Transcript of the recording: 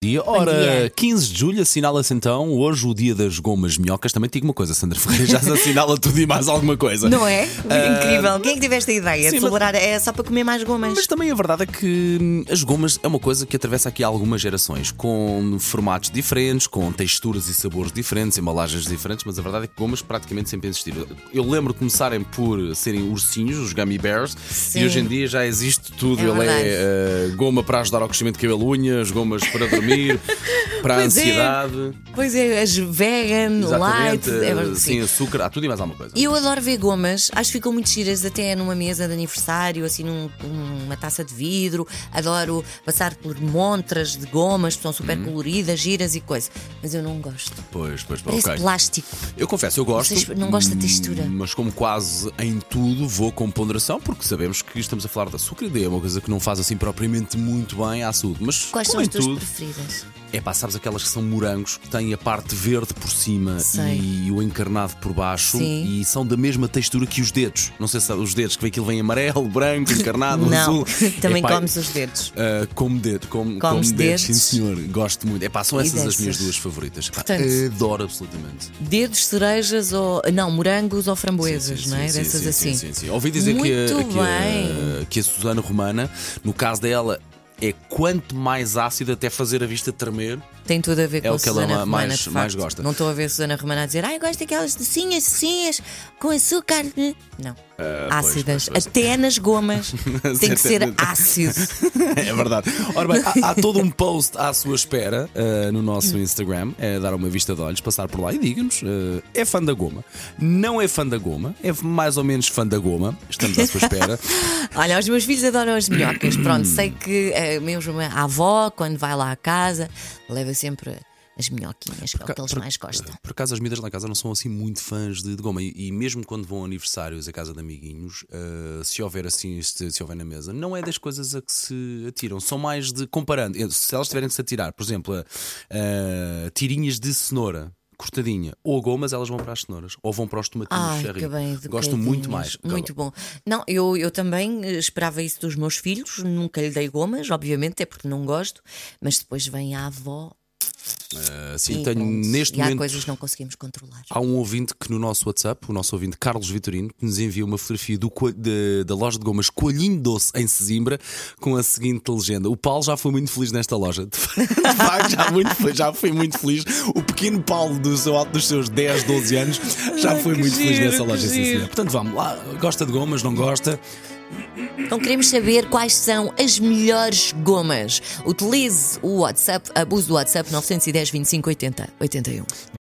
dia. Ora, 15 de julho assinala-se então hoje o dia das gomas minhocas. Também te digo uma coisa, Sandra Ferreira, já se assinala tudo e mais alguma coisa. Não é? Incrível. Quem é que teve esta ideia de celebrar? É só para comer mais gomas. Mas também a verdade é que as gomas é uma coisa que atravessa aqui algumas gerações, com formatos diferentes, com texturas e sabores diferentes, embalagens diferentes, mas a verdade é que gomas praticamente sempre existiram. Eu lembro de começarem por serem ursinhos, os gummy bears, Sim. e hoje em dia já existe tudo. É Ele goma para ajudar ao crescimento de cabelo, unhas, gomas para dormir, para a ansiedade. Pois é, as vegan, light, sem açúcar, há tudo e mais alguma coisa. E eu adoro ver gomas, acho que ficam muito giras até numa mesa de aniversário, assim numa taça de vidro. Adoro passar por montras de gomas que são super coloridas, giras e coisa. Mas eu não gosto. Pois, Parece plástico. Eu confesso, eu gosto. Não gosto da textura. Mas como quase em tudo, vou com ponderação, porque sabemos que estamos a falar de açúcar e é uma coisa que não faz assim propriamente muito bem à saúde. Mas quais são as tuas preferidas? É pá, sabes aquelas que são morangos, que têm a parte verde por cima e o encarnado por baixo. Sim. E são da mesma textura que os dedos. Não sei se os dedos, que aquilo vem amarelo, branco, encarnado, não. azul. Também comes os dedos. Como dedos, sim senhor. Gosto muito. É pá, são essas as minhas duas favoritas. Portanto, adoro absolutamente. Dedos, cerejas ou. Não, morangos ou framboesas, não é? Dessas assim. Sim. Ouvi dizer que a Susana Romana, no caso dela, é quanto mais ácido até fazer a vista tremer. Tem tudo a ver com o a que Susana ela Romana, mais gosta. Não estou a ver a Susana Romana a dizer eu gosto daquelas docinhas com açúcar. Não. Ácidas. Pois. Até nas gomas tem que ser ácido. É verdade. Ora bem, há todo um post à sua espera no nosso Instagram. É dar uma vista de olhos, passar por lá e diga-nos: é fã da goma? Não é fã da goma? É mais ou menos fã da goma? Estamos à sua espera. Olha, os meus filhos adoram as minhocas. Pronto, sei que mesmo a avó, quando vai lá à casa, leva sempre as minhoquinhas, que é o que eles mais gostam. Por acaso, as miúdas lá em casa não são assim muito fãs de goma. E mesmo quando vão a aniversários à casa de amiguinhos, se houver assim, se houver na mesa, não é das coisas a que se atiram. São mais de comparando. Se elas tiverem que se atirar, por exemplo, tirinhas de cenoura cortadinha ou gomas, elas vão para as cenouras ou vão para os tomatinhos cherry. Gosto muito mais. Muito bom. Não, eu também esperava isso dos meus filhos. Nunca lhe dei gomas, obviamente, é porque não gosto. Mas depois vem a avó. Sim, tenho neste e momento. há coisas que não conseguimos controlar. Há um ouvinte que no nosso WhatsApp, o nosso ouvinte Carlos Vitorino, que nos envia uma fotografia da loja de gomas Coelhinho Doce em Sesimbra com a seguinte legenda: o Paulo já foi muito feliz nesta loja. De facto, já foi muito feliz. O pequeno Paulo dos seus 10, 12 anos já foi muito feliz nessa loja. Sim. Portanto, vamos lá. Gosta de gomas, não gosta? Então queremos saber quais são as melhores gomas. Utilize o WhatsApp, abuse do WhatsApp 910 25 80 81.